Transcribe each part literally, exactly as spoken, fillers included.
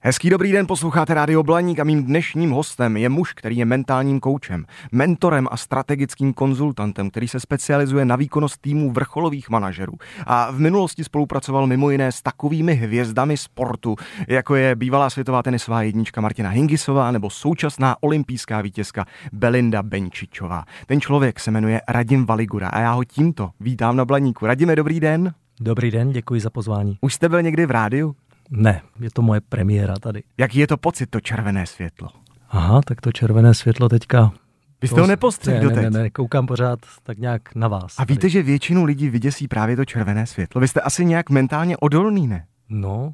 Hezký dobrý den, posloucháte Rádio Blaník a mým dnešním hostem je muž, který je mentálním koučem, mentorem a strategickým konzultantem, který se specializuje na výkonnost týmů vrcholových manažerů. A v minulosti spolupracoval mimo jiné s takovými hvězdami sportu, jako je bývalá světová tenisová jednička Martina Hingisová nebo současná olympijská vítězka Belinda Benčičová. Ten člověk se jmenuje Radim Valigura a já ho tímto vítám na Blaníku. Radime, dobrý den. Dobrý den, děkuji za pozvání. Už jste byl někdy v rádiu? Ne, je to moje premiéra tady. Jaký je to pocit, to červené světlo? Aha, tak to červené světlo teďka... Vy jste ho nepostřehl doteď? Ne, ne, ne, koukám pořád tak nějak na vás. A víte, tady. Že většinu lidí vyděsí právě to červené světlo. Vy jste asi nějak mentálně odolný, ne? No...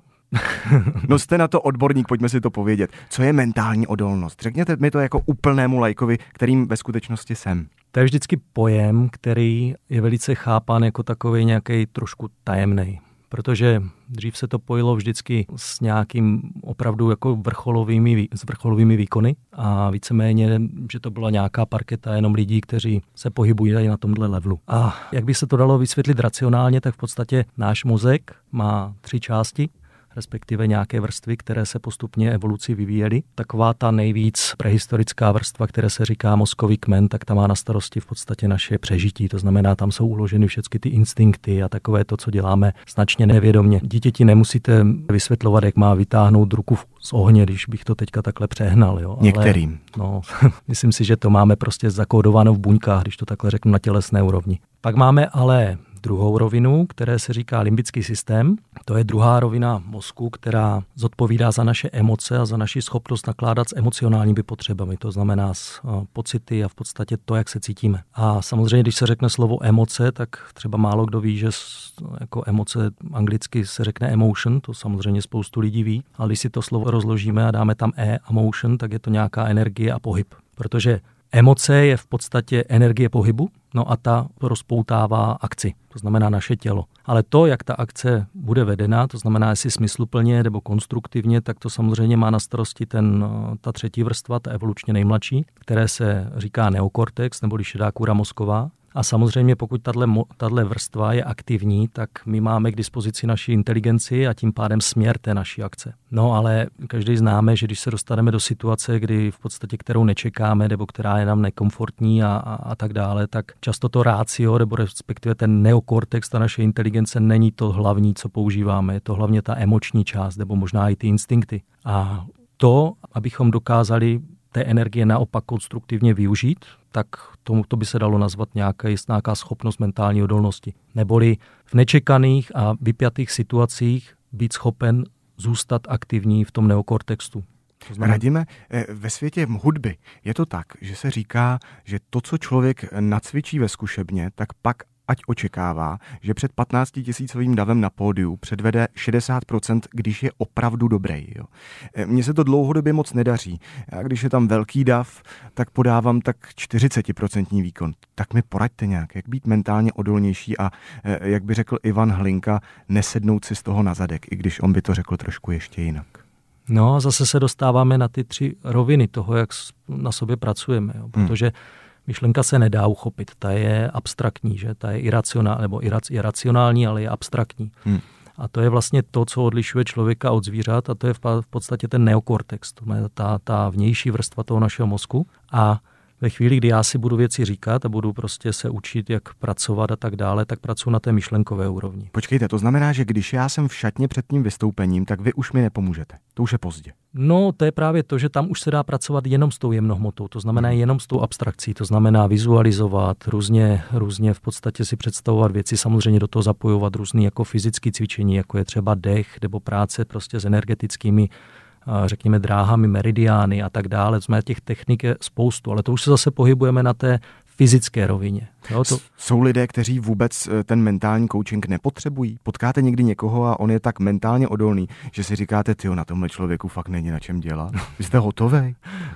No jste na to odborník, pojďme si to povědět. Co je mentální odolnost? Řekněte mi to jako úplnému laikovi, kterým ve skutečnosti jsem. To je vždycky pojem, který je velice chápán jako takový nějaký trošku tajemnej. Protože dřív se to pojilo vždycky s nějakým opravdu jako vrcholovými, s vrcholovými výkony a víceméně, že to byla nějaká parketa jenom lidí, kteří se pohybují tady na tomhle levelu. A jak by se to dalo vysvětlit racionálně, tak v podstatě náš mozek má tři části, respektive nějaké vrstvy, které se postupně evolucí vyvíjely. Taková ta nejvíc prehistorická vrstva, které se říká mozkový kmen, tak ta má na starosti v podstatě naše přežití. To znamená, tam jsou uloženy všechny ty instinkty a takové to, co děláme značně nevědomě. Dítěti nemusíte vysvětlovat, jak má vytáhnout ruku z ohně, když bych to teďka takhle přehnal. Jo. Některým. Ale, no, myslím si, že to máme prostě zakódováno v buňkách, když to takhle řeknu na tělesné úrovni. Pak máme ale druhou rovinu, které se říká limbický systém. To je druhá rovina mozku, která zodpovídá za naše emoce a za naši schopnost nakládat s emocionálními potřebami. To znamená s pocity a v podstatě to, jak se cítíme. A samozřejmě, když se řekne slovo emoce, tak třeba málo kdo ví, že jako emoce anglicky se řekne emotion, to samozřejmě spoustu lidí ví, ale když si to slovo rozložíme a dáme tam e a motion, tak je to nějaká energie a pohyb. Protože emoce je v podstatě energie pohybu, no a ta rozpoutává akci, to znamená naše tělo. Ale to, jak ta akce bude vedena, to znamená, jestli smysluplně nebo konstruktivně, tak to samozřejmě má na starosti ten, ta třetí vrstva, ta evolučně nejmladší, které se říká neokortex, neboli šedá kůra mozková. A samozřejmě, pokud tato vrstva je aktivní, tak my máme k dispozici naši inteligenci a tím pádem směr té naší akce. No ale každý známe, že když se dostaneme do situace, kdy v podstatě kterou nečekáme, nebo která je nám nekomfortní a, a, a tak dále, tak často to rácio, nebo respektive ten neokortex, ta naše inteligence není to hlavní, co používáme. Je to hlavně ta emoční část, nebo možná i ty instinkty. A to, abychom dokázali té energie naopak konstruktivně využít, tak tomu to by se dalo nazvat nějaká, nějaká schopnost mentální odolnosti. Neboli v nečekaných a vypjatých situacích být schopen zůstat aktivní v tom neokortextu. Radime, ve světě hudby je to tak, že se říká, že to, co člověk nacvičí ve zkušebně, tak pak ať očekává, že před patnáctitisícovým davem na pódiu předvede šedesát procent, když je opravdu dobrý. Jo. Mně se to dlouhodobě moc nedaří. Já když je tam velký dav, tak podávám tak čtyřicet procent výkon. Tak mi poraďte nějak, jak být mentálně odolnější a jak by řekl Ivan Hlinka, nesednout si z toho na zadek, i když on by to řekl trošku ještě jinak. No a zase se dostáváme na ty tři roviny toho, jak na sobě pracujeme, jo. Protože hmm. myšlenka se nedá uchopit, ta je abstraktní, že? Ta je iracionální, nebo je racionální, ale je abstraktní. Hmm. A to je vlastně to, co odlišuje člověka od zvířat a to je v podstatě ten neokortex, to je ta, ta vnější vrstva toho našeho mozku. A ve chvíli, kdy já si budu věci říkat a budu prostě se učit, jak pracovat a tak dále, tak pracuji na té myšlenkové úrovni. Počkejte, to znamená, že když já jsem v šatně před tím vystoupením, tak vy už mi nepomůžete. To už je pozdě. No, to je právě to, že tam už se dá pracovat jenom s tou jemnohmotou, to znamená jenom s tou abstrakcí, to znamená vizualizovat, různě, různě v podstatě si představovat věci, samozřejmě do toho zapojovat různý jako fyzické cvičení, jako je třeba dech nebo práce prostě s energetickými řekněme dráhami, meridiány a tak dále. Jsme těch technik je spoustu, ale to už se zase pohybujeme na té fyzické rovině. Jo, to... Jsou lidé, kteří vůbec ten mentální coaching nepotřebují? Potkáte někdy někoho a on je tak mentálně odolný, že si říkáte, tyjo, na tomhle člověku fakt není na čem dělat. Vy jste hotovej?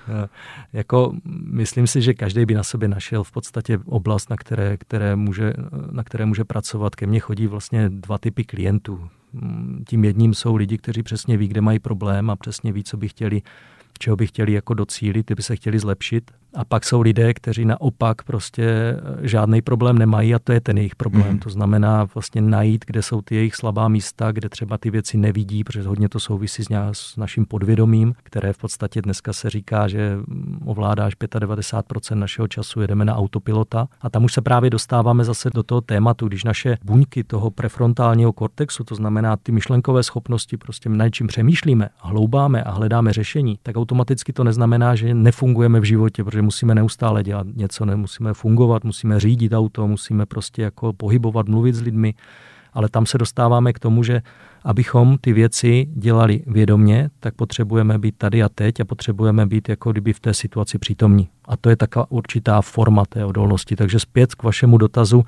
Jako, myslím si, že každý by na sobě našel v podstatě oblast, na které, které může, na které může pracovat. Ke mně chodí vlastně dva typy klientů. Tím jedním jsou lidi, kteří přesně ví, kde mají problém a přesně ví, co by chtěli, čeho by chtěli jako docílit, ty by se chtěli zlepšit. A pak jsou lidé, kteří naopak prostě žádný problém nemají a to je ten jejich problém. Mm. To znamená vlastně najít, kde jsou ty jejich slabá místa, kde třeba ty věci nevidí, protože hodně to souvisí s, nějak, s naším podvědomím, které v podstatě dneska se říká, že ovládá až devadesát pět procent našeho času, jedeme na autopilota. A tam už se právě dostáváme zase do toho tématu, když naše buňky toho prefrontálního kortexu, to znamená ty myšlenkové schopnosti, prostě nad čím přemýšlíme, hloubáme a hledáme řešení, tak automaticky to neznamená, že nefungujeme v životě, protože musíme neustále dělat něco, nemusíme fungovat, musíme řídit auto, musíme prostě jako pohybovat, mluvit s lidmi, ale tam se dostáváme k tomu, že abychom ty věci dělali vědomně, tak potřebujeme být tady a teď a potřebujeme být jako kdyby v té situaci přítomní. A to je taková určitá forma té odolnosti. Takže zpět k vašemu dotazu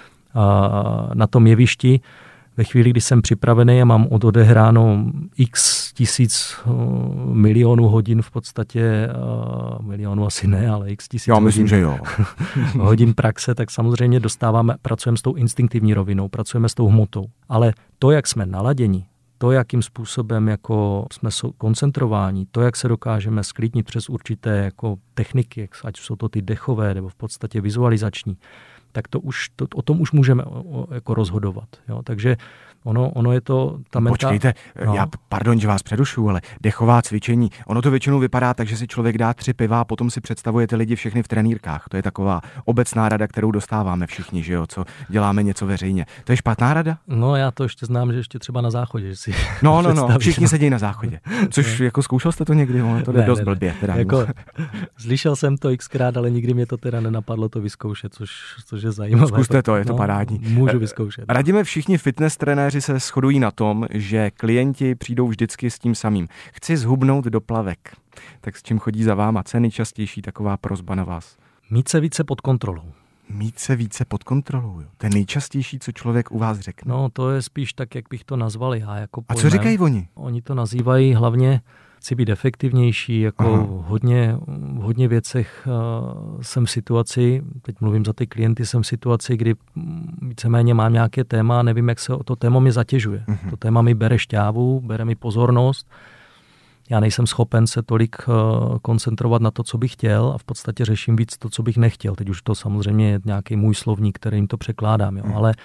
na tom jevišti. Ve chvíli, kdy jsem připravený a mám odehráno x tisíc milionů hodin v podstatě, milionů asi ne, ale x tisíc Já myslím, hodin, že jo. hodin praxe, tak samozřejmě dostáváme, pracujeme s tou instinktivní rovinou, pracujeme s tou hmotou. Ale to, jak jsme naladěni, to, jakým způsobem jako jsme koncentrováni, to, jak se dokážeme sklidnit přes určité jako techniky, ať jsou to ty dechové nebo v podstatě vizualizační, tak to už, to, o tom už můžeme o, jako rozhodovat. Jo? Takže ono, ono je to... Ta menta... Počkejte, no. já pardon, že vás přerušu, ale dechová cvičení, ono to většinou vypadá tak, že si člověk dá tři piva a potom si představujete lidi všechny v trenýrkách. To je taková obecná rada, kterou dostáváme všichni, že jo, co děláme něco veřejně. To je špatná rada? No já to ještě znám, že ještě třeba na záchodě. Že si no, no, no, všichni sedí na záchodě. Což jako zkoušel jste to někdy? Ono to jde ne, dost ne, blbě. Teda. Jako, slyšel jsem to xkrát, ale nikdy mě to teda nenapadlo to vyzkoušet, což, což je zajímavé. Zkuste to, je to no, parádní. Můžu vyzkoušet. Radíme, všichni fitness trenéři se shodují na tom, že klienti přijdou vždycky s tím samým. Chci zhubnout do plavek. Tak s čím chodí za váma? Co je nejčastější taková prosba na vás? Mít se více pod kontrolou. Mít se více pod kontrolou. Jo. To je nejčastější, co člověk u vás řekne. No, to je spíš tak, jak bych to nazval já. Jako A co říkají oni? Oni to nazývají hlavně chci být efektivnější, jako v hodně, v hodně věcech uh, jsem v situaci, teď mluvím za ty klienty, jsem v situaci, kdy víceméně mám nějaké téma a nevím, jak se to téma mi zatěžuje. Uh-huh. To téma mi bere šťávu, bere mi pozornost. Já nejsem schopen se tolik uh, koncentrovat na to, co bych chtěl a v podstatě řeším víc to, co bych nechtěl. Teď už to samozřejmě je nějaký můj slovník, kterým to překládám, jo. Uh-huh. ale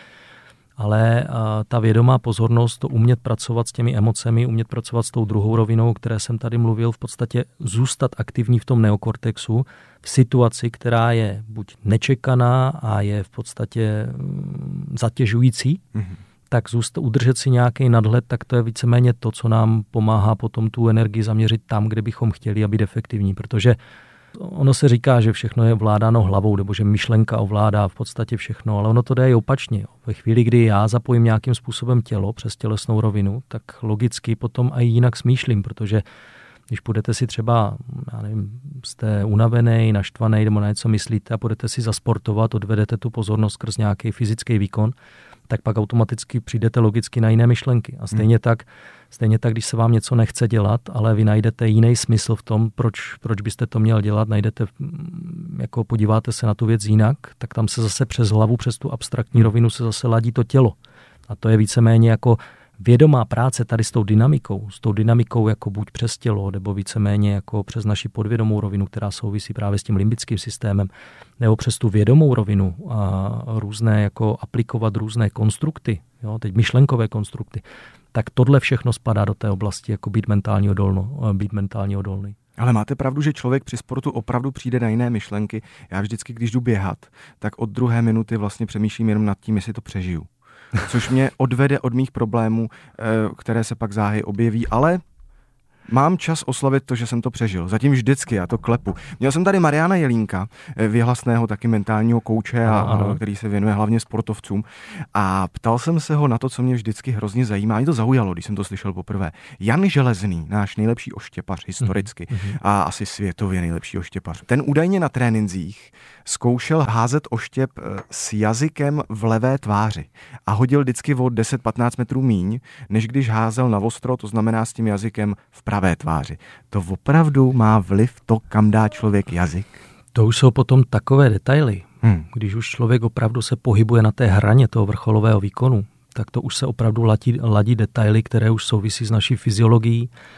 Ale ta vědomá pozornost, to umět pracovat s těmi emocemi, umět pracovat s tou druhou rovinou, o které jsem tady mluvil, v podstatě zůstat aktivní v tom neokortexu v situaci, která je buď nečekaná a je v podstatě zatěžující, mm-hmm. tak zůstat, udržet si nějaký nadhled, tak to je víceméně to, co nám pomáhá potom tu energii zaměřit tam, kde bychom chtěli a být efektivní, protože ono se říká, že všechno je ovládáno hlavou, nebo že myšlenka ovládá v podstatě všechno, ale ono to jde i opačně. Jo. Ve chvíli, kdy já zapojím nějakým způsobem tělo přes tělesnou rovinu, tak logicky potom i jinak smýšlím, protože když půjdete si třeba, já nevím, jste unavený, naštvaný, nebo na něco myslíte a půjdete si zasportovat, odvedete tu pozornost skrz nějaký fyzický výkon, tak pak automaticky přijdete logicky na jiné myšlenky. A stejně, hmm. tak, stejně tak, když se vám něco nechce dělat, ale vy najdete jiný smysl v tom, proč, proč byste to měl dělat, najdete, jako podíváte se na tu věc jinak, tak tam se zase přes hlavu, přes tu abstraktní rovinu se zase ladí to tělo. A to je víceméně jako vědomá práce tady s tou dynamikou, s tou dynamikou jako buď přes tělo, nebo víceméně jako přes naši podvědomou rovinu, která souvisí právě s tím limbickým systémem, nebo přes tu vědomou rovinu a různé jako aplikovat různé konstrukty, jo, teď myšlenkové konstrukty, tak tohle všechno spadá do té oblasti jako být mentálně odolno, být mentálně odolný. Ale máte pravdu, že člověk při sportu opravdu přijde na jiné myšlenky. Já vždycky, když jdu běhat, tak od druhé minuty vlastně přemýšlím jenom nad tím, jestli to přežiju. Což mě odvede od mých problémů, které se pak záhy objeví, ale mám čas oslavit to, že jsem to přežil. Zatím vždycky, já to klepu. Měl jsem tady Mariana Jelínka, věhlasného taky mentálního kouče, a, a, který se věnuje hlavně sportovcům. A ptal jsem se ho na to, co mě vždycky hrozně zajímá. Mě to zaujalo, když jsem to slyšel poprvé. Jan Železný, náš nejlepší oštěpař historicky mm-hmm. a asi světově nejlepší oštěpař. Ten údajně na trénincích zkoušel házet oštěp s jazykem v levé tváři a hodil vždycky o deset patnáct metrů míň, než když házel na ostro, to znamená s tím jazykem v pravé tváři. To opravdu má vliv to, kam dá člověk jazyk? To už jsou potom takové detaily. Hmm. Když už člověk opravdu se pohybuje na té hraně toho vrcholového výkonu, tak to už se opravdu ladí, ladí detaily, které už souvisí s naší fyziologií.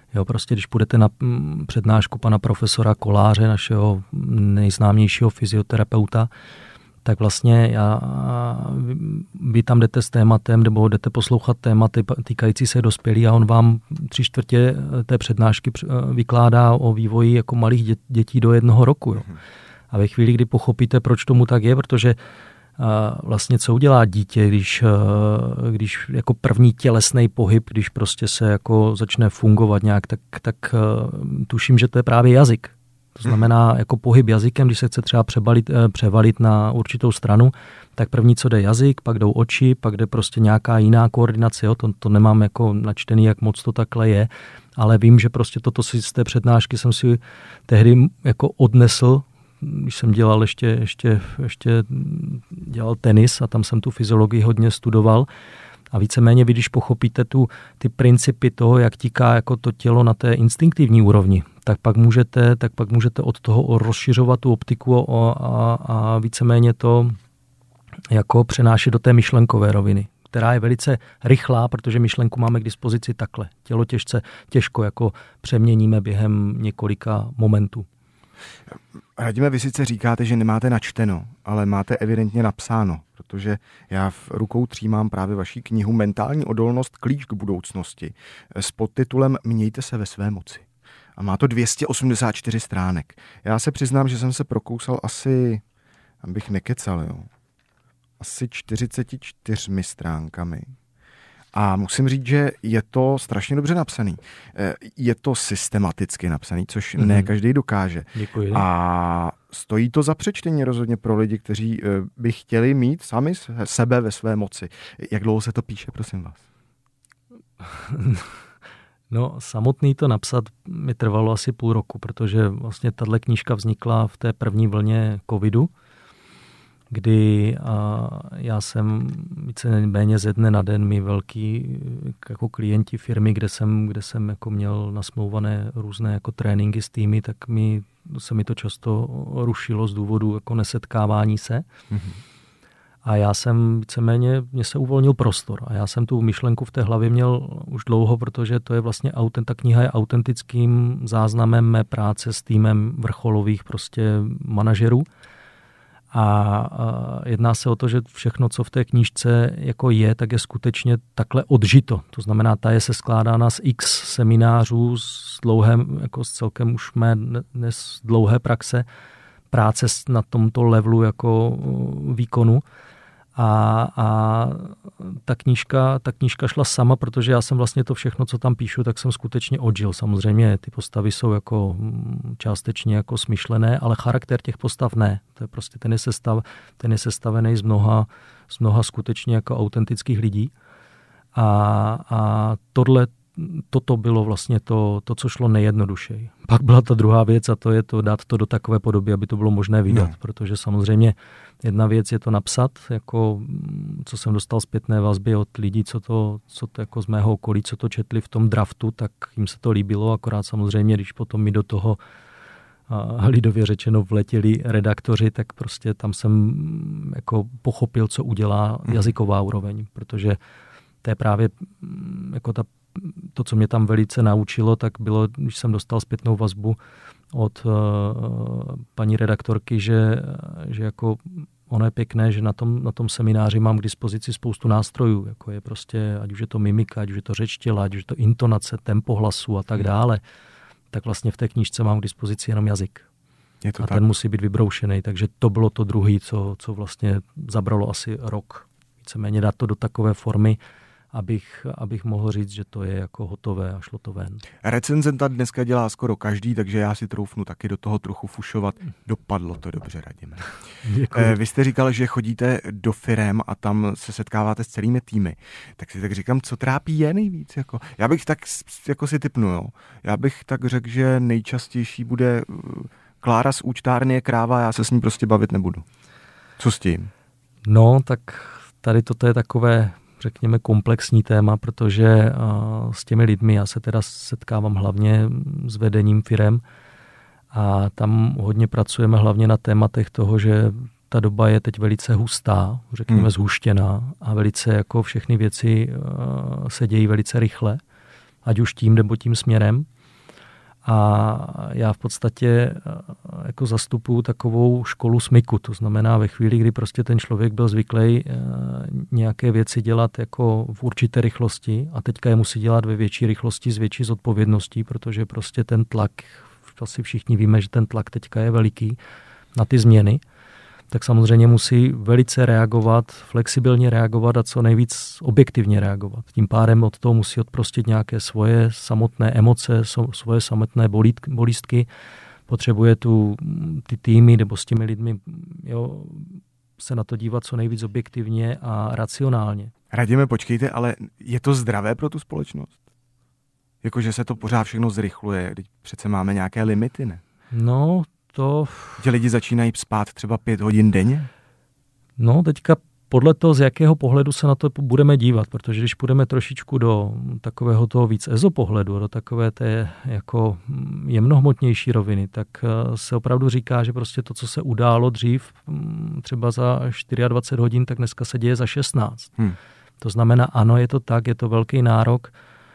Jo, prostě když půjdete na přednášku pana profesora Koláře, našeho nejznámějšího fyzioterapeuta, tak vlastně já, vy tam jdete s tématem, nebo jdete poslouchat tématy týkající se dospělých a on vám tři čtvrtě té přednášky vykládá o vývoji jako malých dětí do jednoho roku. Jo. A ve chvíli, kdy pochopíte, proč tomu tak je, protože vlastně co udělá dítě, když, když jako první tělesný pohyb, když prostě se jako začne fungovat nějak, tak, tak tuším, že to je právě jazyk. To znamená jako pohyb jazykem, když se chce třeba přebalit, převalit na určitou stranu, tak první, co jde jazyk, pak jdou oči, pak jde prostě nějaká jiná koordinace. Jo? To, to nemám jako načtený, jak moc to takhle je, ale vím, že prostě toto si z té přednášky jsem si tehdy jako odnesl, když jsem dělal ještě, ještě, ještě dělal tenis a tam jsem tu fyziologii hodně studoval. A víceméně vy, když pochopíte tu, ty principy toho, jak tíká jako to tělo na té instinktivní úrovni, tak pak můžete, tak pak můžete od toho rozšiřovat tu optiku a, a, a víceméně to jako přenášet do té myšlenkové roviny, která je velice rychlá, protože myšlenku máme k dispozici takhle. Tělo těžce, těžko jako přeměníme během několika momentů. Radime, vy sice říkáte, že nemáte načteno, ale máte evidentně napsáno, protože já v rukou třímám právě vaši knihu Mentální odolnost, klíč k budoucnosti s podtitulem Mějte se ve své moci. A má to dvě stě osmdesát čtyři stránek. Já se přiznám, že jsem se prokousal asi, abych nekecal, jo, asi čtyřicet čtyřmi stránkami. A musím říct, že je to strašně dobře napsaný. Je to systematicky napsaný, což mm-hmm. ne každý dokáže. Děkuji. A stojí to za přečtení rozhodně pro lidi, kteří by chtěli mít sami sebe ve své moci. Jak dlouho se to píše, prosím vás? No, samotný to napsat mi trvalo asi půl roku, protože vlastně tato knížka vznikla v té první vlně covidu, kdy a já jsem víceméně ze dne na den mi velký jako klienti firmy, kde jsem, kde jsem jako měl nasmlouvané různé jako tréninky s týmy, tak mi, se mi to často rušilo z důvodu jako nesetkávání se. Mm-hmm. A já jsem víceméně, mně se uvolnil prostor a já jsem tu myšlenku v té hlavě měl už dlouho, protože to je vlastně, ta kniha je autentickým záznamem mé práce s týmem vrcholových prostě manažerů. A jedná se o to, že všechno, co v té knížce jako je, tak je skutečně takhle odžito. To znamená, ta je se skládána z x seminářů, z dlouhém, jako z celkem už mé dnes dlouhé praxe, práce na tomto levelu jako výkonu. A, a ta knížka, ta knížka šla sama, protože já jsem vlastně to všechno, co tam píšu, tak jsem skutečně odžil. Samozřejmě ty postavy jsou jako částečně jako smyšlené, ale charakter těch postav ne. To je prostě ten je, sestav, ten je sestavený z mnoha, z mnoha skutečně jako autentických lidí. A, a tohle, toto bylo vlastně to, to, co šlo nejjednodušeji. Pak byla ta druhá věc a to je to dát to do takové podoby, aby to bylo možné vydat, no. Protože samozřejmě jedna věc je to napsat, jako co jsem dostal zpětné vazby od lidí, co to, co to jako z mého okolí, co to četli v tom draftu, tak jim se to líbilo, akorát samozřejmě, když potom mi do toho a lidově řečeno vletěli redaktoři, tak prostě tam jsem jako pochopil, co udělá jazyková úroveň, protože to je právě jako ta to, co mě tam velice naučilo, tak bylo, když jsem dostal zpětnou vazbu od uh, paní redaktorky, že, že jako ono je pěkné, že na tom, na tom semináři mám k dispozici spoustu nástrojů, jako je prostě, ať už je to mimika, ať už je to řeč těla, ať už je to intonace, tempo hlasu a tak dále, tak vlastně v té knížce mám k dispozici jenom jazyk. Je to a tak. Ten musí být vybroušený, takže to bylo to druhé, co, co vlastně zabralo asi rok. Víceméně dát to do takové formy, Abych, abych mohl říct, že to je jako hotové a šlo to ven. Recenzenta dneska dělá skoro každý, takže já si troufnu taky do toho trochu fušovat. Dopadlo to dobře, Radime. Děkuji. Vy jste říkal, že chodíte do firem a tam se setkáváte s celými týmy. Tak si tak říkám, co trápí je nejvíc? Jako? Já bych tak jako si tipnu, jo. Já bych tak řekl, že nejčastější bude Klára z účtárny je kráva, já se s ní prostě bavit nebudu. Co s tím? No, tak tady toto je takové, řekněme, komplexní téma, protože s těmi lidmi já se teda setkávám hlavně s vedením firem a tam hodně pracujeme hlavně na tématech toho, že ta doba je teď velice hustá, řekněme hmm. zhuštěná a velice jako všechny věci se dějí velice rychle, ať už tím nebo tím směrem. A já v podstatě jako zastupuju takovou školu smyku. To znamená ve chvíli, kdy prostě ten člověk byl zvyklý nějaké věci dělat jako v určité rychlosti a teďka je musí dělat ve větší rychlosti s větší zodpovědností, protože prostě ten tlak, asi všichni víme, že ten tlak teďka je veliký na ty změny, tak samozřejmě musí velice reagovat, flexibilně reagovat a co nejvíc objektivně reagovat. Tím pádem od toho musí odprostit nějaké svoje samotné emoce, svoje samotné bolístky. Potřebuje tu, ty týmy nebo s těmi lidmi jo, se na to dívat co nejvíc objektivně a racionálně. Radíme, počkejte, ale je to zdravé pro tu společnost? Jakože se to pořád všechno zrychluje, teď přece máme nějaké limity, ne? No, to... Ti lidi začínají spát třeba pět hodin denně? No, teďka podle toho, z jakého pohledu se na to budeme dívat, protože když půjdeme trošičku do takového toho víc ezopohledu, do takové té jako jemnohmotnější roviny, tak se opravdu říká, že prostě to, co se událo dřív třeba za dvacet čtyři hodin, tak dneska se děje za šestnáct. Hmm. To znamená, ano, je to tak, je to velký nárok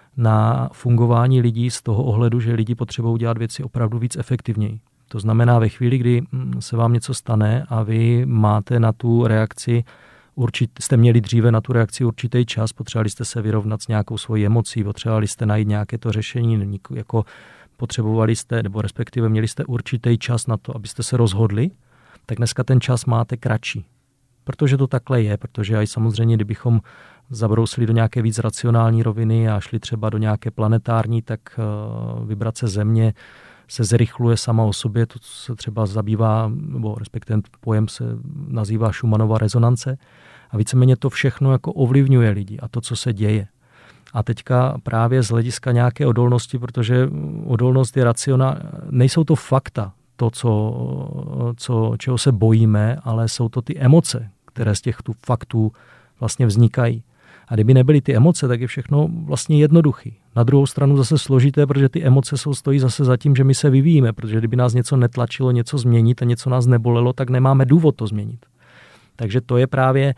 na fungování lidí z toho ohledu, že lidi potřebují dělat věci opravdu víc efektivněji. To znamená, ve chvíli, kdy se vám něco stane a vy máte na tu reakci, určit, jste měli dříve na tu reakci určitý čas, potřebovali jste se vyrovnat s nějakou svojí emocí, potřebovali jste najít nějaké to řešení, jako potřebovali jste, nebo respektive měli jste určitý čas na to, abyste se rozhodli, tak dneska ten čas máte kratší. Protože to takhle je, protože aj samozřejmě, kdybychom zabrousili do nějaké víc racionální roviny a šli třeba do nějaké planetární, tak vibrace Země se zrychluje sama o sobě, to se třeba zabývá, nebo respektive pojem se nazývá Schumannova rezonance a víceméně to všechno jako ovlivňuje lidi a to, co se děje. A teďka právě z hlediska nějaké odolnosti, protože odolnost je racionální, nejsou to fakta, to, co, co, čeho se bojíme, ale jsou to ty emoce, které z těch faktů vlastně vznikají. A kdyby nebyly ty emoce, tak je všechno vlastně jednoduchý. Na druhou stranu zase složité, protože ty emoce jsou, stojí zase za tím, že my se vyvíjíme, protože kdyby nás něco netlačilo, něco změnit a něco nás nebolelo, tak nemáme důvod to změnit. Takže to je právě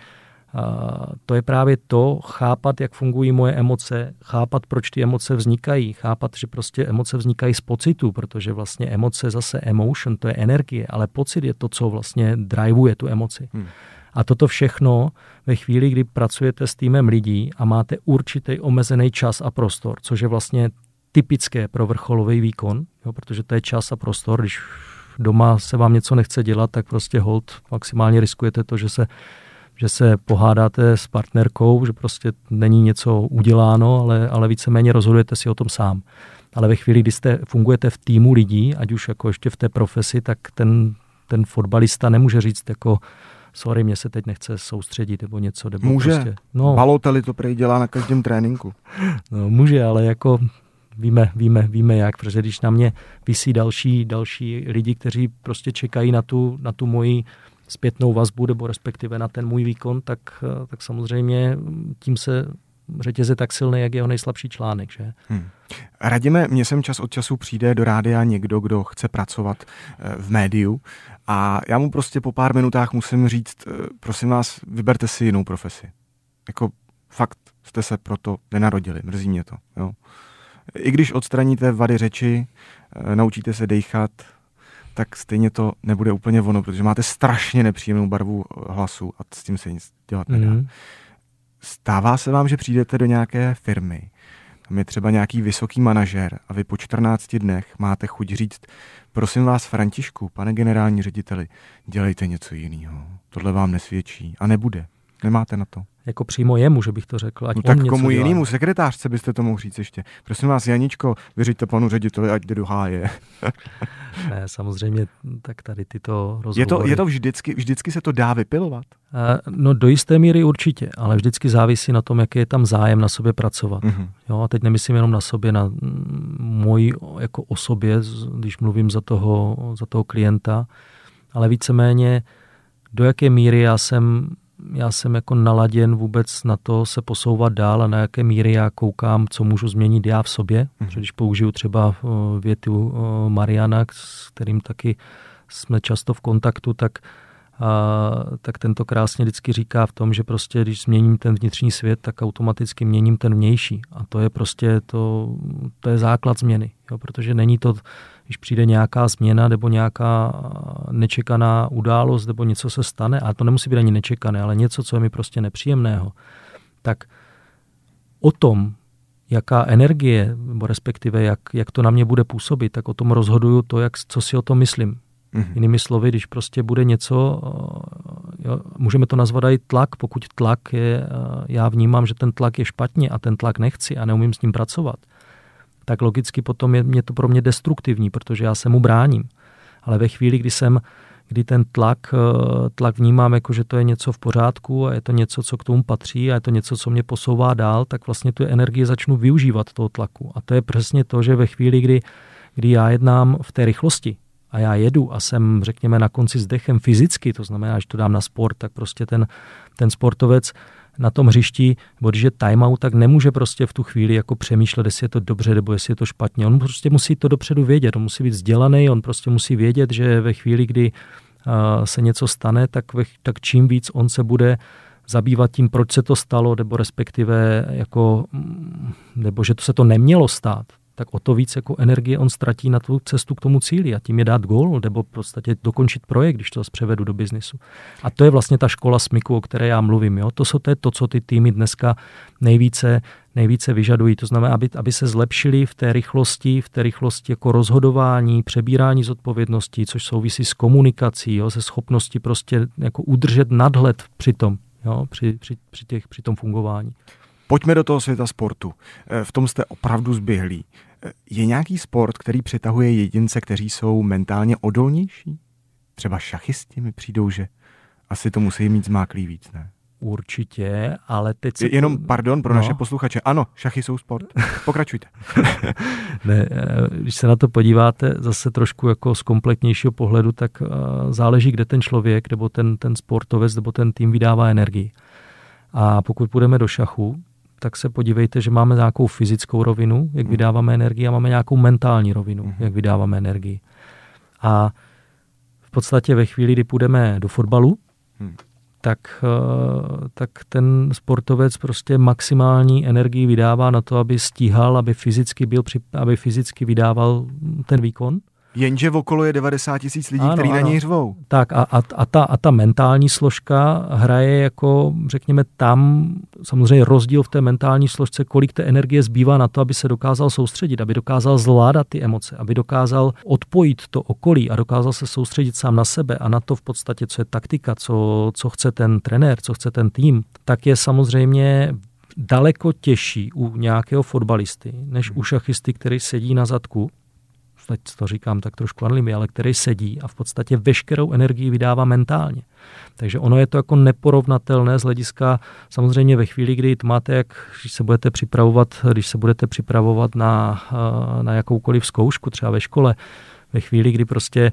to, je právě to chápat, jak fungují moje emoce, chápat, proč ty emoce vznikají, chápat, že prostě emoce vznikají z pocitu, protože vlastně emoce zase emotion, to je energie, ale pocit je to, co vlastně driveuje tu emoci. Hmm. A toto všechno ve chvíli, kdy pracujete s týmem lidí a máte určitý omezený čas a prostor, což je vlastně typické pro vrcholový výkon, jo, protože to je čas a prostor. Když doma se vám něco nechce dělat, tak prostě hold maximálně riskujete to, že se, že se pohádáte s partnerkou, že prostě není něco uděláno, ale, ale víceméně rozhodujete si o tom sám. Ale ve chvíli, kdy jste, fungujete v týmu lidí, ať už jako ještě v té profesi, tak ten, ten fotbalista nemůže říct jako sorry, mě se teď nechce soustředit nebo něco. Nebo může. Prostě, no, Balotelli to prej dělá na každém tréninku. No, může, ale jako víme, víme, víme jak, protože když na mě visí další, další lidi, kteří prostě čekají na tu, na tu moji zpětnou vazbu nebo respektive na ten můj výkon, tak, tak samozřejmě tím se řetěz je tak silný, jak jeho nejslabší článek. Že? Hmm. Radíme, mně sem čas od času přijde do rádia někdo, kdo chce pracovat v médiu a já mu prostě po pár minutách musím říct, prosím vás, vyberte si jinou profesi. Jako fakt jste se proto nenarodili, mrzí mě to. Jo. I když odstraníte vady řeči, naučíte se dejchat, tak stejně to nebude úplně ono, protože máte strašně nepříjemnou barvu hlasu a s tím se nic dělat nedá. Mm. Stává se vám, že přijdete do nějaké firmy, tam je třeba nějaký vysoký manažer a vy po čtrnácti dnech máte chuť říct, prosím vás Františku, pane generální řediteli, dělejte něco jiného. Tohle vám nesvědčí a nebude. Nemáte na to. Jako přímo jemu, že bych to řekl. Ať no tak komu jinému, sekretářce byste to mohl říct ještě. Prosím vás, Janičko, vyřiďte panu řediteli, ať jde do háje. Ne, samozřejmě, tak tady tyto rozhovory. Je to, je to vždycky, vždycky se to dá vypilovat? No do jisté míry určitě, ale vždycky závisí na tom, jaký je tam zájem na sobě pracovat. Mm-hmm. Jo, a teď nemyslím jenom na sobě, na mojí jako osobě, když mluvím za toho, za toho klienta, ale víceméně do jaké míry já jsem já jsem jako naladěn vůbec na to se posouvat dál a na jaké míry já koukám, co můžu změnit já v sobě. Mm. Když použiju třeba větu Mariana, s kterým taky jsme často v kontaktu, tak a, tak ten to krásně vždycky říká v tom, že prostě když změním ten vnitřní svět, tak automaticky měním ten vnější. A to je prostě to, to je základ změny. Jo? Protože není to, když přijde nějaká změna nebo nějaká nečekaná událost nebo něco se stane, a to nemusí být ani nečekané, ale něco, co je mi prostě nepříjemného, tak o tom, jaká energie, nebo respektive jak, jak to na mě bude působit, tak o tom rozhoduju to, jak, co si o tom myslím. Mm-hmm. Jinými slovy, když prostě bude něco, jo, můžeme to nazvat i tlak, pokud tlak je, já vnímám, že ten tlak je špatně a ten tlak nechci a neumím s ním pracovat, tak logicky potom je mě to pro mě destruktivní, protože já se mu bráním. Ale ve chvíli, kdy jsem kdy ten tlak, tlak vnímám jako, že to je něco v pořádku a je to něco, co k tomu patří a je to něco, co mě posouvá dál, tak vlastně tu energii začnu využívat toho tlaku. A to je přesně to, že ve chvíli, kdy, kdy já jednám v té rychlosti a já jedu a jsem, řekněme, na konci s dechem fyzicky, to znamená, že to dám na sport, tak prostě ten, ten sportovec na tom hřišti, nebo když je timeout, tak nemůže prostě v tu chvíli jako přemýšlet, jestli je to dobře, nebo jestli je to špatně. On prostě musí to dopředu vědět, on musí být vzdělaný, on prostě musí vědět, že ve chvíli, kdy uh, se něco stane, tak, ve, tak čím víc on se bude zabývat tím, proč se to stalo, nebo respektive jako, nebo že to se to nemělo stát, tak o to víc jako energie on ztratí na tu cestu k tomu cíli a tím je dát gól, nebo v podstatě dokončit projekt, když to převedu do biznisu. A to je vlastně ta škola smyku, o které já mluvím. Jo? To, jsou, to je to, co ty týmy dneska nejvíce, nejvíce vyžadují. To znamená, aby, aby se zlepšili v té rychlosti, v té rychlosti jako rozhodování, přebírání zodpovědností, což souvisí s komunikací, jo? Se schopností prostě jako udržet nadhled při tom, jo? Při, při, při, těch, při tom fungování. Pojďme do toho světa sportu. V tom jste opravdu zběhlí. Je nějaký sport, který přitahuje jedince, kteří jsou mentálně odolnější? Třeba šachisti mi přijdou, že asi to musí mít zmáklý víc, ne? Určitě, ale teď... Se... Jenom, pardon, pro no. naše posluchače. Ano, šachy jsou sport. Pokračujte. Ne, když se na to podíváte zase trošku jako z kompletnějšího pohledu, tak záleží, kde ten člověk, nebo ten, ten sportovec, nebo ten tým vydává energii. A pokud půjdeme do šachu, tak se podívejte, že máme nějakou fyzickou rovinu, jak vydáváme energii, a máme nějakou mentální rovinu, jak vydáváme energii. A v podstatě ve chvíli, kdy půjdeme do fotbalu, tak, tak ten sportovec prostě maximální energii vydává na to, aby stíhal, aby fyzicky, byl, aby fyzicky vydával ten výkon. Jenže okolo je devadesát tisíc lidí, ano, kteří na něj řvou. Tak a, a, a, ta, a ta mentální složka hraje jako, řekněme, tam samozřejmě rozdíl v té mentální složce, kolik té energie zbývá na to, aby se dokázal soustředit, aby dokázal zvládat ty emoce, aby dokázal odpojit to okolí a dokázal se soustředit sám na sebe a na to v podstatě, co je taktika, co, co chce ten trenér, co chce ten tým, tak je samozřejmě daleko těžší u nějakého fotbalisty, než u šachisty, který sedí na zadku, teď to říkám tak trošku anlivě, ale který sedí a v podstatě veškerou energii vydává mentálně. Takže ono je to jako neporovnatelné z hlediska samozřejmě ve chvíli, kdy to máte, jak když se budete připravovat, když se budete připravovat na, na jakoukoliv zkoušku, třeba ve škole, ve chvíli, kdy prostě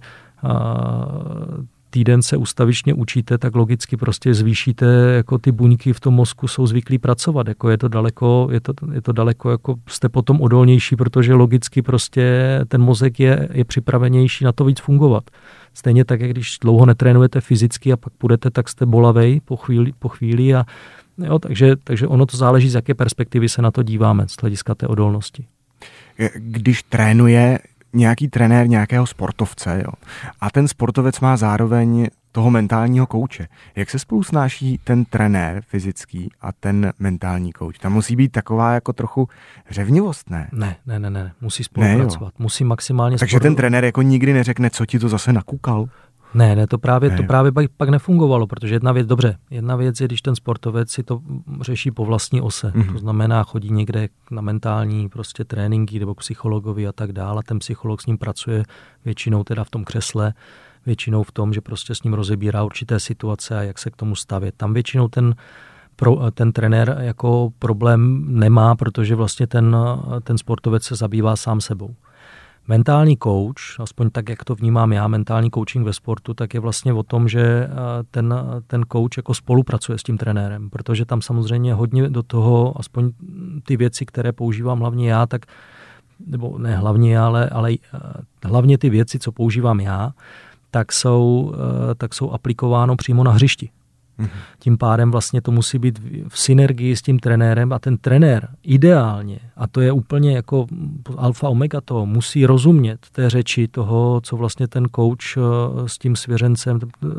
týden se ustavičně učíte, tak logicky prostě zvýšíte, jako ty buňky v tom mozku jsou zvyklí pracovat, jako je to daleko, je to, je to daleko, jako jste potom odolnější, protože logicky prostě ten mozek je, je připravenější na to víc fungovat. Stejně tak, jak když dlouho netrénujete fyzicky a pak půjdete, tak jste bolavej po chvíli, po chvíli a jo, takže, takže ono to záleží, z jaké perspektivy se na to díváme, z hlediska té odolnosti. Když trénuje nějaký trenér nějakého sportovce, jo, a ten sportovec má zároveň toho mentálního kouče. Jak se spolu snáší ten trenér fyzický a ten mentální kouč? Tam musí být taková jako trochu řevnivost, ne? Ne, ne, ne, ne. Musí spolupracovat. Ne, musí maximálně Takže spolu... ten trenér jako nikdy neřekne, co ti to zase nakukal? Ne, ne, to právě, ne, to právě pak nefungovalo, protože jedna věc, dobře, jedna věc je, když ten sportovec si to řeší po vlastní ose, mm-hmm. to znamená, chodí někde na mentální prostě tréninky nebo psychologovi a tak dále, a ten psycholog s ním pracuje většinou teda v tom křesle, většinou v tom, že prostě s ním rozebírá určité situace a jak se k tomu stavět. Tam většinou ten, pro, ten trenér jako problém nemá, protože vlastně ten, ten sportovec se zabývá sám sebou. Mentální coach, aspoň tak, jak to vnímám já, mentální coaching ve sportu, tak je vlastně o tom, že ten, ten coach jako spolupracuje s tím trenérem, protože tam samozřejmě hodně do toho, aspoň ty věci, které používám hlavně já, tak, nebo ne hlavně já, ale, ale hlavně ty věci, co používám já, tak jsou, tak jsou aplikováno přímo na hřišti. Mm-hmm. Tím pádem vlastně to musí být v synergii s tím trenérem a ten trenér ideálně, a to je úplně jako alfa omega toho, musí rozumět té řeči toho, co vlastně ten coach s tím svěřencem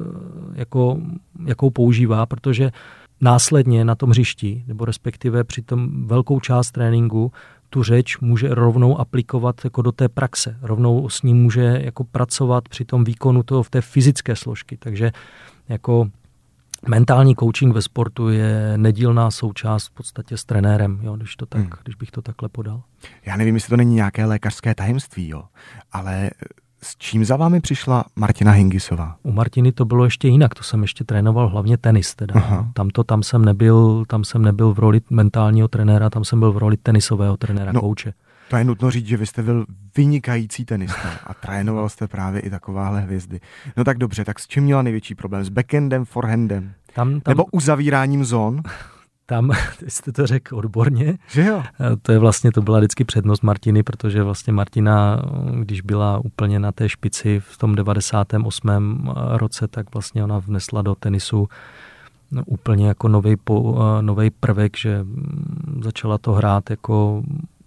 jako, jakou používá, protože následně na tom hřišti, nebo respektive při tom velkou část tréninku, tu řeč může rovnou aplikovat jako do té praxe. Rovnou s ním může jako pracovat při tom výkonu toho v té fyzické složky. Takže jako mentální coaching ve sportu je nedílná součást v podstatě s trenérem, jo, když, to tak, hmm. když bych to takhle podal. Já nevím, jestli to není nějaké lékařské tajemství, jo, ale s čím za vámi přišla Martina Hingisová? U Martiny to bylo ještě jinak, to jsem ještě trénoval hlavně tenis teda. Tam, to, tam, jsem nebyl, tam jsem nebyl v roli mentálního trenéra, tam jsem byl v roli tenisového trenéra, no, kouče. To je nutno říct, že vy jste byl vynikající tenista a trénoval jste právě i takováhle hvězdy. No tak dobře, tak s čím měla největší problém? S backendem, forehandem? Tam, tam... Nebo uzavíráním zón? Tam jste to řekl odborně. Že jo? To je vlastně, to byla vždycky přednost Martiny, protože vlastně Martina, když byla úplně na té špici v tom devadesátém osmém roce, tak vlastně ona vnesla do tenisu no, úplně jako novej, po, novej prvek, že začala to hrát jako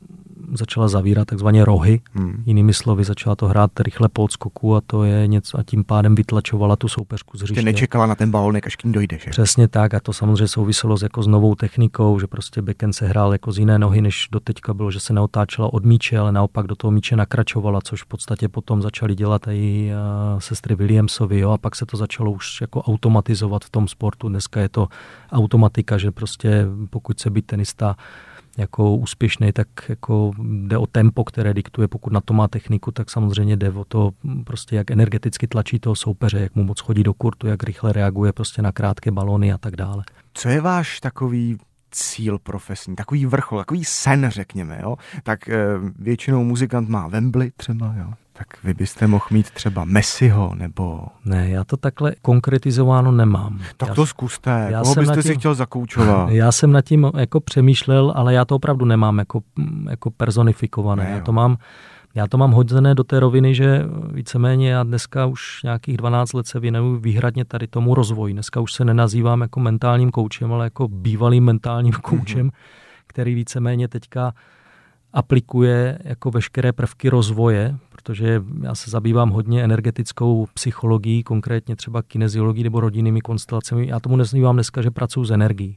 začala zavírat takzvaně rohy, hmm. jinými slovy začala to hrát rychle po odskoku a to je něco a tím pádem vytlačovala tu soupeřku z hřiště. Nečekala na ten balonek, až k ní dojde, že? Přesně tak a to samozřejmě souviselo s, jako s novou technikou, že prostě backhand se hrál jako z jiné nohy, než doteďka bylo, že se neotáčela od míče, ale naopak do toho míče nakračovala, což v podstatě potom začali dělat i uh, sestry Williamsovi, jo, a pak se to začalo už jako automatizovat v tom sportu. Dneska je to automatika, že prostě pokud se být tenista jako úspěšný, tak jako jde o tempo, které diktuje, pokud na to má techniku, tak samozřejmě jde o to prostě, jak energeticky tlačí toho soupeře, jak mu moc chodí do kurtu, jak rychle reaguje prostě na krátké balóny a tak dále. Co je váš takový cíl profesní, takový vrchol, takový sen, řekněme, jo? Tak e, většinou muzikant má Wembley třeba, jo? Tak vy byste mohl mít třeba Messiho, nebo... Ne, já to takhle konkretizováno nemám. Tak já, to zkuste, koho byste tím, si chtěl zakoučovat? Já jsem nad tím jako přemýšlel, ale já to opravdu nemám jako, jako personifikované. Ne, já to mám... Já to mám hodzené do té roviny, že víceméně já dneska už nějakých dvanáct let se věnuju výhradně tady tomu rozvoji. Dneska už se nenazývám jako mentálním koučem, ale jako bývalým mentálním koučem, mm-hmm. který víceméně teďka aplikuje jako veškeré prvky rozvoje, protože já se zabývám hodně energetickou psychologií, konkrétně třeba kineziologií nebo rodinnými konstelacemi. Já tomu nazývám dneska, že pracuji s energií.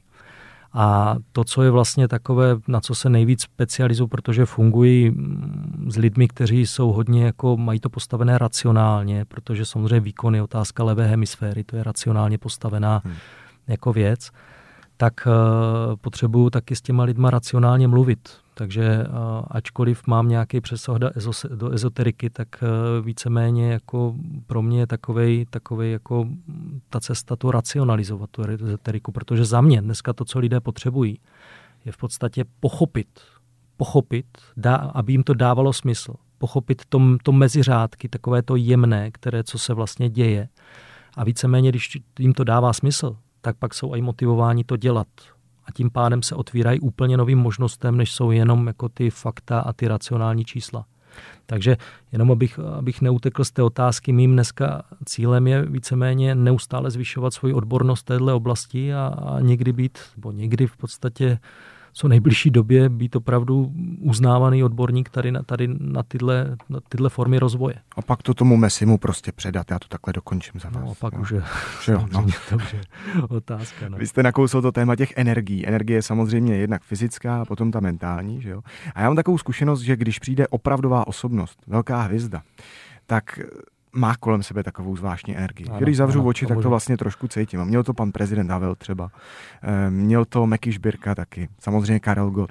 A to, co je vlastně takové, na co se nejvíc specializuju, protože fungují s lidmi, kteří jsou hodně, jako mají to postavené racionálně, protože samozřejmě výkon je otázka levé hemisféry, to je racionálně postavená hmm. jako věc, tak uh, potřebuju taky s těma lidma racionálně mluvit. Takže uh, ačkoliv mám nějaký přesah do, ezos, do ezoteriky, tak uh, víceméně jako pro mě je takovej, takovej jako ta cesta to racionalizovat, tu ezoteriku, protože za mě dneska to, co lidé potřebují, je v podstatě pochopit, pochopit, dá, aby jim to dávalo smysl, pochopit to, to meziřádky, takové to jemné, které, co se vlastně děje. A víceméně, když jim to dává smysl, tak pak jsou i motivováni to dělat. A tím pádem se otvírají úplně novým možnostem, než jsou jenom jako ty fakta a ty racionální čísla. Takže jenom abych, abych neutekl z té otázky, mým dneska cílem je víceméně neustále zvyšovat svoji odbornost v této oblasti a, a někdy být, nebo někdy v podstatě co nejbližší době být opravdu uznávaný odborník tady na, tady na, tyhle, na tyhle formy rozvoje. A pak to tomu Messimu prostě předat, já to takhle dokončím za vás. No a pak jo. už je jo, no. dobře, otázka. No. Vy jste nakousl to téma těch energií. Energie je samozřejmě jednak fyzická a potom ta mentální. Že jo? A já mám takovou zkušenost, že když přijde opravdová osobnost, velká hvězda, tak má kolem sebe takovou zvláštní energii. Ano, když zavřu ano, oči, tak to vlastně trošku cítím. A měl to pan prezident Havel třeba. Měl to Meky Šbirka taky. Samozřejmě Karel Gott.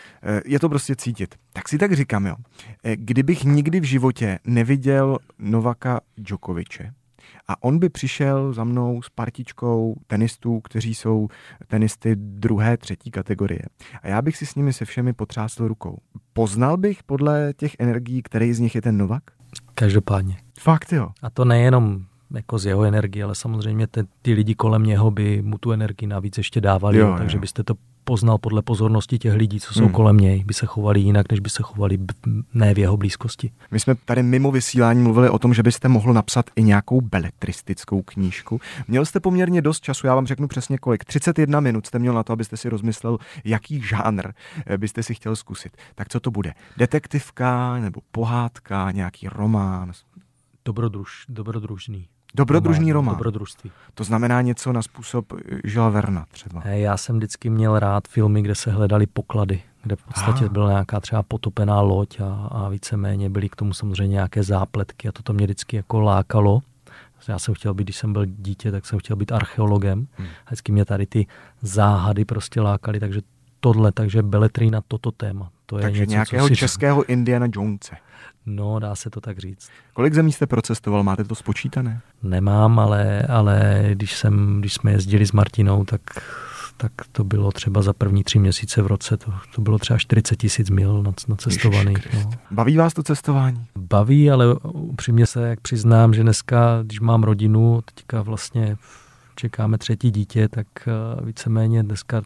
Je to prostě cítit. Tak si tak říkám, jo. Kdybych nikdy v životě neviděl Novaka Djokoviče a on by přišel za mnou s partičkou tenistů, kteří jsou tenisty druhé, třetí kategorie. A já bych si s nimi se všemi potřásl rukou. Poznal bych podle těch energií, který z nich je ten Novak? Každopádně. Fakt jo. A to nejenom jako z jeho energie, ale samozřejmě ty, ty lidi kolem něho by mu tu energii navíc ještě dávali, jo, takže jo. byste to poznal podle pozornosti těch lidí, co jsou hmm. kolem něj, by se chovali jinak, než by se chovali ne v jeho blízkosti. My jsme tady mimo vysílání mluvili o tom, že byste mohl napsat i nějakou beletristickou knížku. Měl jste poměrně dost času, já vám řeknu přesně kolik. třicet jedna minut jste měl na to, abyste si rozmyslel, jaký žánr byste si chtěl zkusit. Tak co to bude? Detektivka nebo pohádka, nějaký román? Dobrodruž, dobrodružný. Dobrodružný román. Dobrodružství. To znamená něco na způsob Žila Verna třeba. Já jsem vždycky měl rád filmy, kde se hledali poklady, kde v podstatě byla nějaká třeba potopená loď a, a víceméně byly k tomu samozřejmě nějaké zápletky a toto mě vždycky jako lákalo. Já jsem chtěl být, když jsem byl dítě, tak jsem chtěl být archeologem. Hmm. Vždycky mě tady ty záhady prostě lákaly, takže tohle, takže beletrii na toto téma. To je takže něco, nějakého si... českého Indiana Jonese. No, dá se to tak říct. Kolik zemí jste procestoval? Máte to spočítané? Nemám, ale, ale když, jsem, když jsme jezdili s Martinou, tak, tak to bylo třeba za první tři měsíce v roce, to, to bylo třeba čtyřicet tisíc mil nacestovaných. No. Baví vás to cestování? Baví, ale upřímně se jak přiznám, že dneska, když mám rodinu, teďka vlastně čekáme třetí dítě, tak víceméně dneska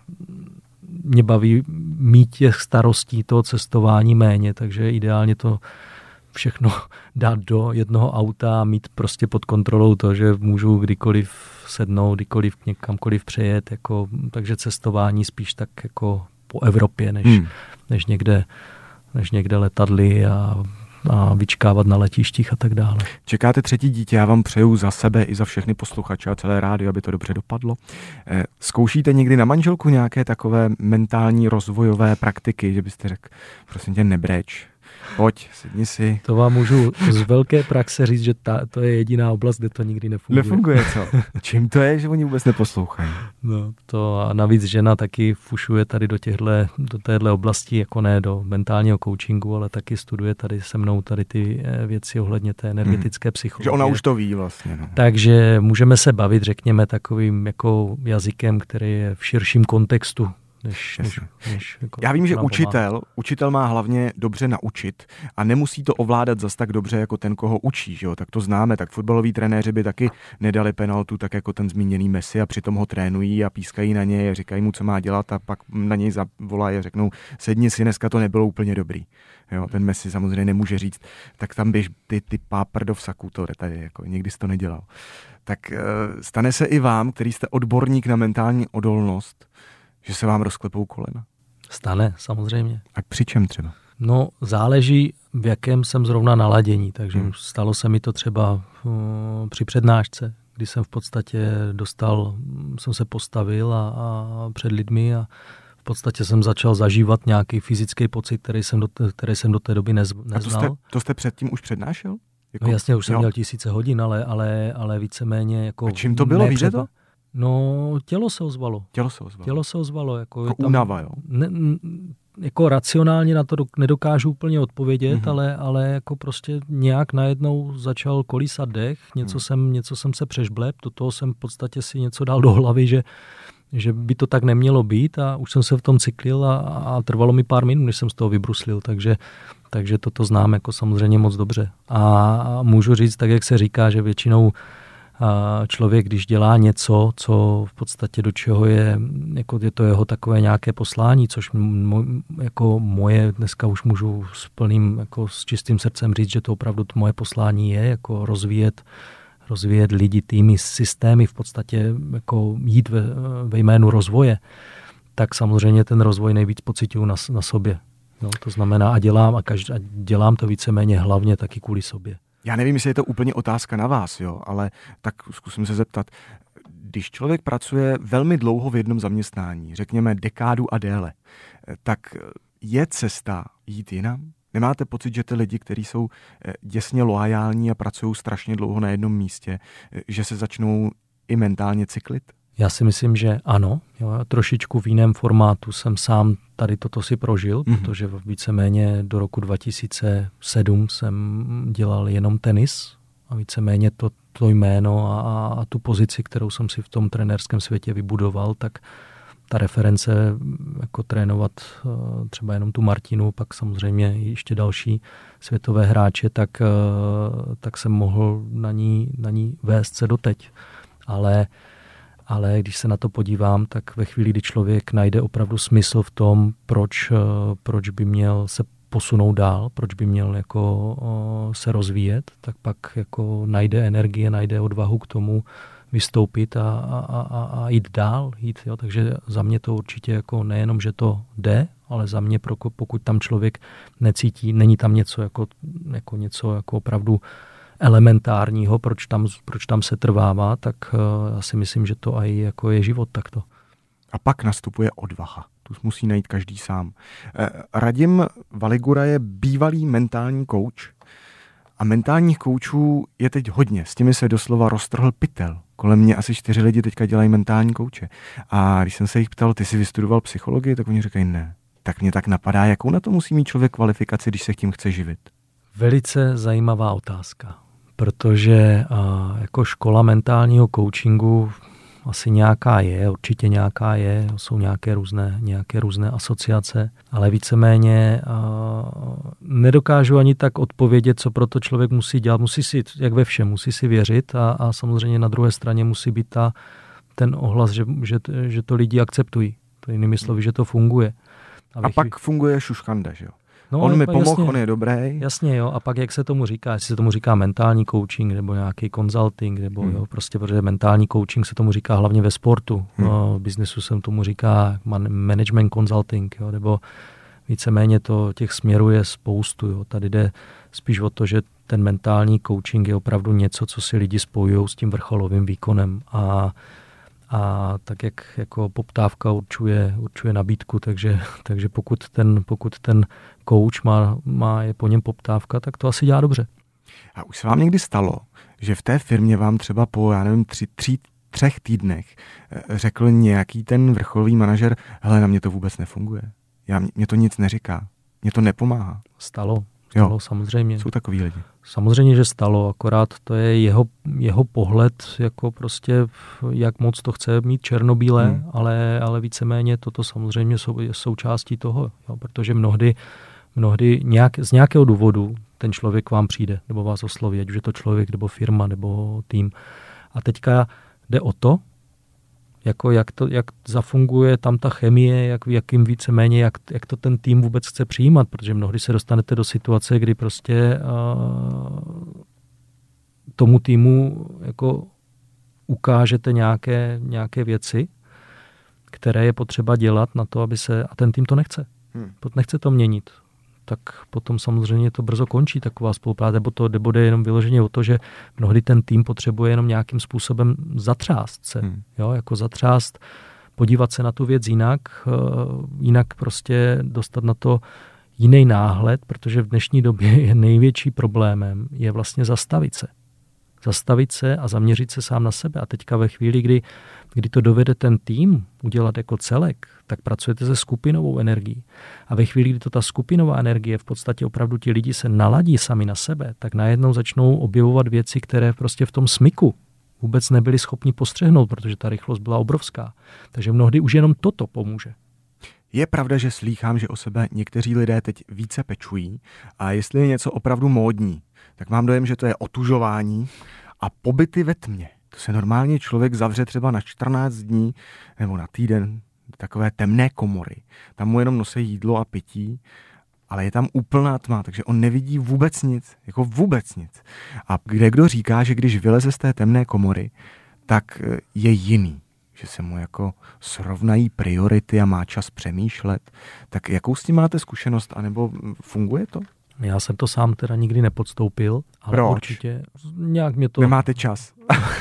mě baví mít těch starostí toho cestování méně, takže ideálně to všechno dát do jednoho auta a mít prostě pod kontrolou to, že můžu kdykoliv sednout, kdykoliv někamkoliv přejet, jako, takže cestování spíš tak jako po Evropě, než, hmm. než, někde, než někde letadly a, a vyčkávat na letištích a tak dále. Čekáte třetí dítě, já vám přeju za sebe i za všechny posluchače a celé rádio, aby to dobře dopadlo. Zkoušíte někdy na manželku nějaké takové mentální rozvojové praktiky, že byste řekl, prosím tě, nebreč, pojď, sedni si. To vám můžu z velké praxe říct, že ta, to je jediná oblast, kde to nikdy nefunguje. Nefunguje, co? Čím to je, že oni vůbec neposlouchají? No, to a navíc žena taky fušuje tady do těchhle, do téhle oblasti, jako ne do mentálního coachingu, ale taky studuje tady se mnou tady ty věci ohledně té energetické psychologie. Že ona už to ví vlastně. No. Takže můžeme se bavit, řekněme, takovým jako jazykem, který je v širším kontextu. Než, než, než jako Já vím, že učitel, učitel má hlavně dobře naučit a nemusí to ovládat zas tak dobře jako ten, koho učí. Že jo? Tak to známe, tak fotbaloví trenéři by taky nedali penaltu tak jako ten zmíněný Messi a přitom ho trénují a pískají na něj a říkají mu, co má dělat a pak na něj zavolají a řeknou, sedni si, dneska to nebylo úplně dobrý. Jo? Ten Messi samozřejmě nemůže říct, tak tam běž ty, ty páprdo v saku, to tady jako nikdy jsi to nedělal. Tak stane se i vám, který jste odborník na mentální odolnost, že se vám rozklepou kolena? Stane, samozřejmě. A při čem třeba? No, záleží, v jakém jsem zrovna naladění, takže hmm. stalo se mi to třeba uh, při přednášce, kdy jsem v podstatě dostal, jsem se postavil a, a před lidmi a v podstatě jsem začal zažívat nějaký fyzický pocit, který jsem do, který jsem do té doby nez, neznal. A to jste, to jste předtím už přednášel? Jako, no jasně, už jsem jo. měl tisíce hodin, ale, ale, ale víceméně jako... A čím to bylo, víte to? No, tělo se ozvalo. Tělo se ozvalo. Tělo se ozvalo. Jako, jako tam, únava, jo? Ne, jako racionálně na to nedokážu úplně odpovědět, mm-hmm. ale, ale jako prostě nějak najednou začal kolísat dech, něco, mm. jsem, něco jsem se přežbleb, do toho jsem v podstatě si něco dal do hlavy, že, že by to tak nemělo být a už jsem se v tom cyklil a, a trvalo mi pár minut, než jsem z toho vybruslil, takže, takže toto znám jako samozřejmě moc dobře. A můžu říct, tak jak se říká, že většinou člověk, když dělá něco, co v podstatě do čeho je, jako je to jeho takové nějaké poslání, což mo, jako moje, dneska už můžu s plným, jako s čistým srdcem říct, že to opravdu to moje poslání je, jako rozvíjet, rozvíjet lidi, týmy, systémy, v podstatě jako jít ve, ve jménu rozvoje, tak samozřejmě ten rozvoj nejvíc pociťuju na, na sobě. No, to znamená a dělám a, každý, a dělám to víceméně hlavně taky kvůli sobě. Já nevím, jestli je to úplně otázka na vás, jo, ale tak zkusím se zeptat. Když člověk pracuje velmi dlouho v jednom zaměstnání, řekněme dekádu a déle, tak je cesta jít jinam? Nemáte pocit, že ty lidi, kteří jsou děsně loajální a pracují strašně dlouho na jednom místě, že se začnou i mentálně cyklit? Já si myslím, že ano. Jo, trošičku v jiném formátu jsem sám tady toto si prožil, mm-hmm. protože víceméně do roku dva tisíce sedm jsem dělal jenom tenis a víceméně to, to jméno a, a tu pozici, kterou jsem si v tom trenérském světě vybudoval, tak ta reference jako trénovat třeba jenom tu Martinu, pak samozřejmě ještě další světové hráče, tak, tak jsem mohl na ní, na ní vést se doteď. Ale Ale když se na to podívám, tak ve chvíli, kdy člověk najde opravdu smysl v tom, proč, proč by měl se posunout dál, proč by měl jako se rozvíjet, tak pak jako najde energie, najde odvahu k tomu vystoupit a, a, a, a jít dál. Jít, jo. Takže za mě to určitě jako nejenom, že to jde, ale za mě, pokud tam člověk necítí, není tam něco jako, jako něco jako opravdu elementárního, proč tam, proč tam se trvává, tak uh, já si myslím, že to aj jako je život takto. A pak nastupuje odvaha. Tu musí najít každý sám. Eh, Radim Valigura je bývalý mentální kouč a mentálních koučů je teď hodně. S těmi se doslova roztrhl pytel. Kolem mě asi čtyři lidi teďka dělají mentální kouče. A když jsem se jich ptal, ty jsi vystudoval psychologii, tak oni říkají ne. Tak mě tak napadá, jakou na to musí mít člověk kvalifikaci, když se tím chce živit? Velice zajímavá otázka, protože a, jako škola mentálního coachingu asi nějaká je, určitě nějaká je, jsou nějaké různé, nějaké různé asociace, ale víceméně a, nedokážu ani tak odpovědět, co pro to člověk musí dělat. Musí si, jak ve všem, musí si věřit a, a samozřejmě na druhé straně musí být ta, ten ohlas, že, že, že to lidi akceptují. To jinými slovy, že to funguje. A, a pak chvíli... funguje šuškanda, že jo? No, on mi pomohl, jasně, on je dobrý. Jasně, jo. A pak jak se tomu říká, jestli se tomu říká mentální coaching nebo nějaký consulting, nebo hmm. jo, prostě, protože mentální coaching se tomu říká hlavně ve sportu. Hmm. No, v biznesu se tomu říká management consulting, jo, nebo víceméně to těch směrů je spoustu. Jo. Tady jde spíš o to, že ten mentální coaching je opravdu něco, co si lidi spojují s tím vrcholovým výkonem. A A tak, jak jako poptávka určuje, určuje nabídku, takže, takže pokud ten, pokud ten coach má, má je po něm poptávka, tak to asi dělá dobře. A už se vám někdy stalo, že v té firmě vám třeba po, já nevím, tři, tři, třech týdnech řekl nějaký ten vrcholový manažer, hele, na mě to vůbec nefunguje. Já, mě to nic neříká. Mě to nepomáhá. Stalo. Stalo, jo, samozřejmě. Jsou takový lidi. Samozřejmě, že stalo, akorát to je jeho, jeho pohled, jako prostě, jak moc to chce mít černobílé, hmm. ale, ale víceméně toto samozřejmě jsou, je součástí toho, jo, protože mnohdy, mnohdy nějak, z nějakého důvodu ten člověk vám přijde, nebo vás osloví, ať už je to člověk, nebo firma, nebo tým. A teďka jde o to, jako jak, to, jak zafunguje tam ta chemie, jak, jakým víceméně, jak, jak to ten tým vůbec chce přijímat, protože mnohdy se dostanete do situace, kdy prostě uh, tomu týmu jako ukážete nějaké, nějaké věci, které je potřeba dělat na to, aby se, a ten tým to nechce. Hmm. Nechce to měnit. Tak potom samozřejmě to brzo končí taková spolupráce, nebo to nebo jde jenom vyloženě o to, že mnohdy ten tým potřebuje jenom nějakým způsobem zatřást se, hmm. jo, jako zatřást, podívat se na tu věc jinak, jinak prostě dostat na to jiný náhled, protože v dnešní době je největší problémem je vlastně zastavit se. Zastavit se a zaměřit se sám na sebe. A teďka ve chvíli, kdy, kdy to dovede ten tým udělat jako celek, tak pracujete se skupinovou energií. A ve chvíli, kdy to ta skupinová energie, v podstatě opravdu ti lidi se naladí sami na sebe, tak najednou začnou objevovat věci, které prostě v tom smyku vůbec nebyli schopni postřehnout, protože ta rychlost byla obrovská. Takže mnohdy už jenom toto pomůže. Je pravda, že slýchám, že o sebe někteří lidé teď více pečují a jestli je něco opravdu módní, tak mám dojem, že to je otužování a pobyty ve tmě. To se normálně člověk zavře třeba na čtrnáct dní nebo na týden, takové temné komory. Tam mu jenom nosí jídlo a pití, ale je tam úplná tma, takže on nevidí vůbec nic, jako vůbec nic. A kde kdo říká, že když vyleze z té temné komory, tak je jiný, že se mu jako srovnají priority a má čas přemýšlet. Tak jakou s tím máte zkušenost, anebo funguje to? Já jsem to sám teda nikdy nepodstoupil, ale Proč? určitě nějak mě to... Nemáte čas.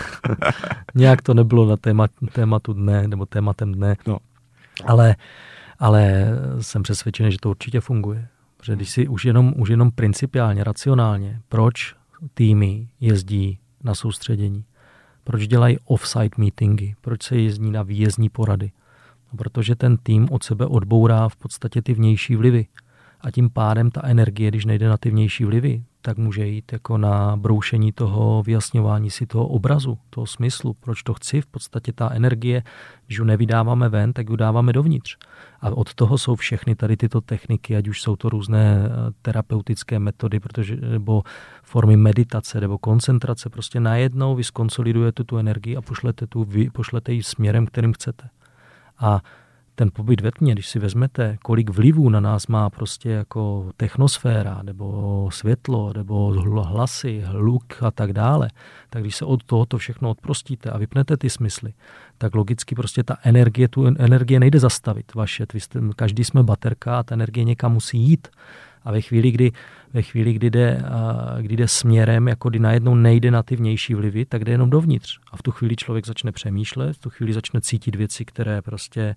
Nějak to nebylo na téma, tématu dne, nebo tématem dne. No. Ale, ale jsem přesvědčený, že to určitě funguje. Protože když si už jenom, už jenom principiálně, racionálně, proč týmy jezdí na soustředění? Proč dělají off-site meetingy? Proč se jezdí na výjezdní porady? No, protože ten tým od sebe odbourá v podstatě ty vnější vlivy. A tím pádem ta energie, když nejde na ty vnější vlivy, tak může jít jako na broušení toho vyjasňování si toho obrazu, toho smyslu, proč to chci. V podstatě ta energie, když ji nevydáváme ven, tak ji dáváme dovnitř. A od toho jsou všechny tady tyto techniky, ať už jsou to různé terapeutické metody, protože, nebo formy meditace, nebo koncentrace. Prostě najednou vy skonsolidujete tu energii a pošlete, tu, vy, pošlete ji směrem, kterým chcete. A ten pobyt ve tmě, když si vezmete, kolik vlivů na nás má prostě jako technosféra, nebo světlo, nebo hlasy, hluk a tak dále, tak když se od tohoto všechno odprostíte a vypnete ty smysly, tak logicky prostě ta energie, tu energie nejde zastavit vaše. Jste, každý jsme baterka a ta energie někam musí jít. A ve chvíli, kdy, ve chvíli, kdy, jde, kdy jde směrem, jako kdy najednou nejde na ty vnější vlivy, tak jde jenom dovnitř. A v tu chvíli člověk začne přemýšlet, v tu chvíli začne cítit věci, které prostě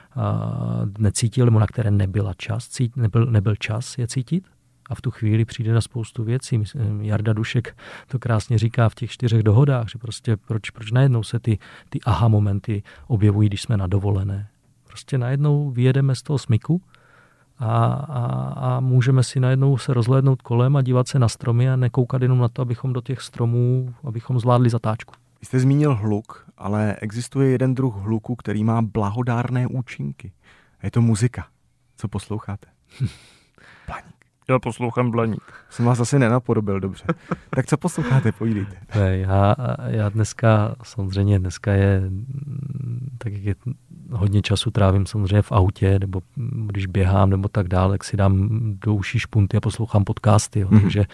necítil, nebo na které nebyla čas, cít, nebyl, nebyl čas je cítit. A v tu chvíli přijde na spoustu věcí. Jarda Dušek to krásně říká v těch čtyřech dohodách, že prostě proč, proč najednou se ty, ty aha momenty objevují, když jsme na dovolené. Prostě najednou vyjedeme z toho smyku a, a, a můžeme si najednou se rozhlédnout kolem a dívat se na stromy a nekoukat jenom na to, abychom do těch stromů, abychom zvládli zatáčku. Vy jste zmínil hluk, ale existuje jeden druh hluku, který má blahodárné účinky. A je to muzika. Co posloucháte? Blaník. Já poslouchám Blaník. Jsem vás asi nenapodobil dobře. Tak co posloucháte? Povídejte. Ne, já, já dneska, samozřejmě dneska je, tak jak je, hodně času trávím samozřejmě v autě, nebo když běhám, nebo tak dále, tak si dám do uší špunty a poslouchám podcasty. Jo. Mm-hmm. Takže,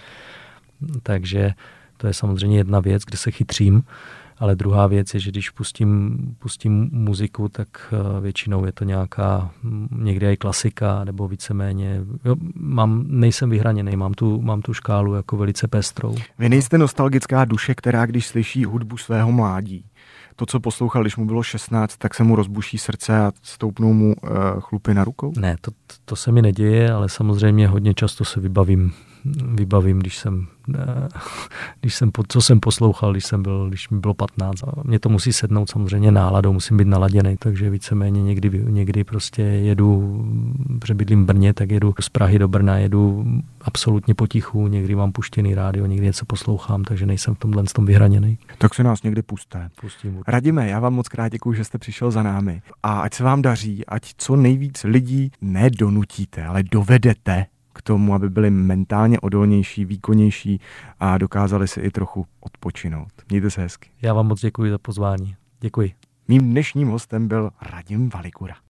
takže to je samozřejmě jedna věc, kde se chytřím, ale druhá věc je, že když pustím, pustím muziku, tak většinou je to nějaká, někdy i klasika, nebo víceméně, jo, mám, nejsem vyhraněný, mám tu, mám tu škálu jako velice pestrou. Vy nejste nostalgická duše, která když slyší hudbu svého mládí, to, co poslouchal, když mu bylo šestnáct, tak se mu rozbuší srdce a stoupnou mu uh, chlupy na rukou? Ne, to, to se mi neděje, ale samozřejmě hodně často se vybavím, vybavím, když jsem, když jsem, co jsem poslouchal, když jsem byl, když mi bylo patnáct. Mně to musí sednout samozřejmě náladou, musím být naladěný, takže víceméně někdy, někdy prostě jedu, přebydlím v Brně, tak jedu z Prahy do Brna, jedu absolutně potichu, někdy mám puštěný rádio, někdy něco poslouchám, takže nejsem v tomhle tom vyhraněný. Tak se nás někdy pusté. Pustím. Radime, já vám moc krát děkuju, že jste přišel za námi a ať se vám daří, ať co nejvíc lidí nedonutíte, ale dovedete k tomu, aby byli mentálně odolnější, výkonnější a dokázali si i trochu odpočinout. Mějte se hezky. Já vám moc děkuji za pozvání. Děkuji. Mým dnešním hostem byl Radim Valigura.